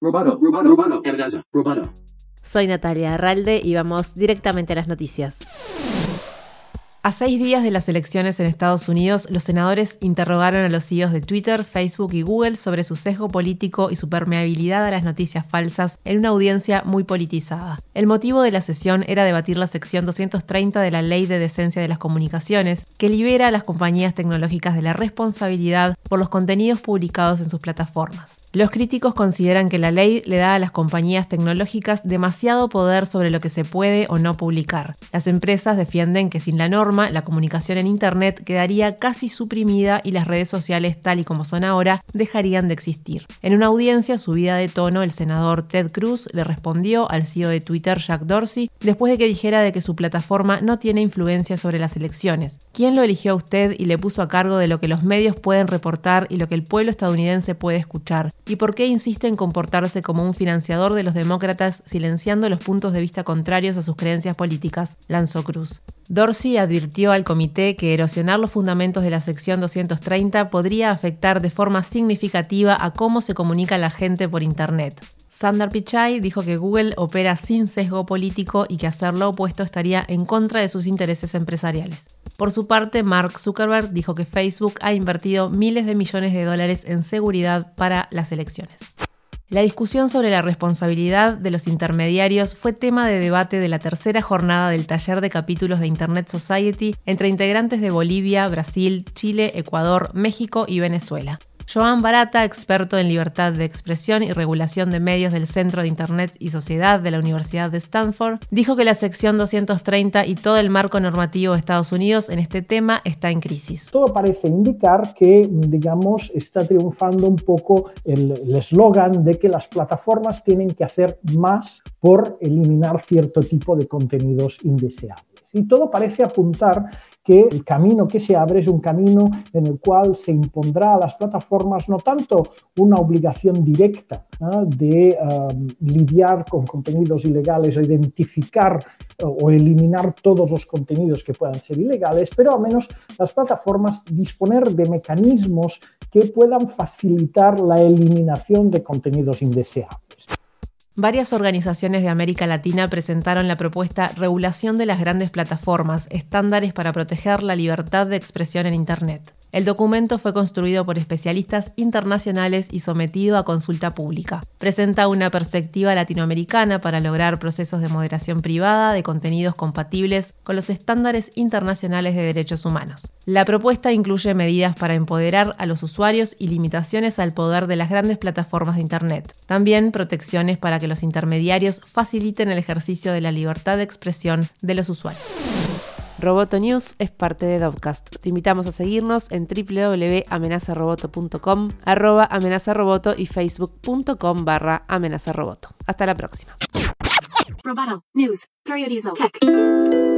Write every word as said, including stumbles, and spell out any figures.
Roboto, roboto, roboto, amenaza, roboto. Soy Natalia Arralde y vamos directamente a las noticias. A seis días de las elecciones en Estados Unidos, los senadores interrogaron a los C E Os de Twitter, Facebook y Google sobre su sesgo político y su permeabilidad a las noticias falsas en una audiencia muy politizada. El motivo de la sesión era debatir la sección doscientos treinta de la Ley de Decencia de las Comunicaciones, que libera a las compañías tecnológicas de la responsabilidad por los contenidos publicados en sus plataformas. Los críticos consideran que la ley le da a las compañías tecnológicas demasiado poder sobre lo que se puede o no publicar. Las empresas defienden que sin la norma, la comunicación en Internet quedaría casi suprimida y las redes sociales, tal y como son ahora, dejarían de existir. En una audiencia subida de tono, el senador Ted Cruz le respondió al C E O de Twitter, Jack Dorsey, después de que dijera de que su plataforma no tiene influencia sobre las elecciones. ¿Quién lo eligió a usted y le puso a cargo de lo que los medios pueden reportar y lo que el pueblo estadounidense puede escuchar? ¿Y por qué insiste en comportarse como un financiador de los demócratas, silenciando los puntos de vista contrarios a sus creencias políticas?, lanzó Cruz. Dorsey advirtió al comité que erosionar los fundamentos de la sección doscientos treinta podría afectar de forma significativa a cómo se comunica la gente por Internet. Sundar Pichai dijo que Google opera sin sesgo político y que hacer lo opuesto estaría en contra de sus intereses empresariales. Por su parte, Mark Zuckerberg dijo que Facebook ha invertido miles de millones de dólares en seguridad para las elecciones. La discusión sobre la responsabilidad de los intermediarios fue tema de debate de la tercera jornada del taller de capítulos de Internet Society entre integrantes de Bolivia, Brasil, Chile, Ecuador, México y Venezuela. Joan Barata, experto en libertad de expresión y regulación de medios del Centro de Internet y Sociedad de la Universidad de Stanford, dijo que la sección doscientos treinta y todo el marco normativo de Estados Unidos en este tema está en crisis. Todo parece indicar que, digamos, está triunfando un poco el eslogan de que las plataformas tienen que hacer más por eliminar cierto tipo de contenidos indeseables. Y todo parece apuntar que el camino que se abre es un camino en el cual se impondrá a las plataformas no tanto una obligación directa ¿no? de um, lidiar con contenidos ilegales o identificar uh, o eliminar todos los contenidos que puedan ser ilegales, pero al menos las plataformas disponer de mecanismos que puedan facilitar la eliminación de contenidos indeseables. Varias organizaciones de América Latina presentaron la propuesta Regulación de las grandes plataformas, estándares para proteger la libertad de expresión en Internet. El documento fue construido por especialistas internacionales y sometido a consulta pública. Presenta una perspectiva latinoamericana para lograr procesos de moderación privada de contenidos compatibles con los estándares internacionales de derechos humanos. La propuesta incluye medidas para empoderar a los usuarios y limitaciones al poder de las grandes plataformas de Internet. También protecciones para que los intermediarios faciliten el ejercicio de la libertad de expresión de los usuarios. Roboto News es parte de Dovcast. Te invitamos a seguirnos en doble u doble u doble u punto amenaza roboto punto com, arroba amenazaroboto y facebook punto com barra amenazaroboto. Hasta la próxima. Roboto News Periodismo Tech.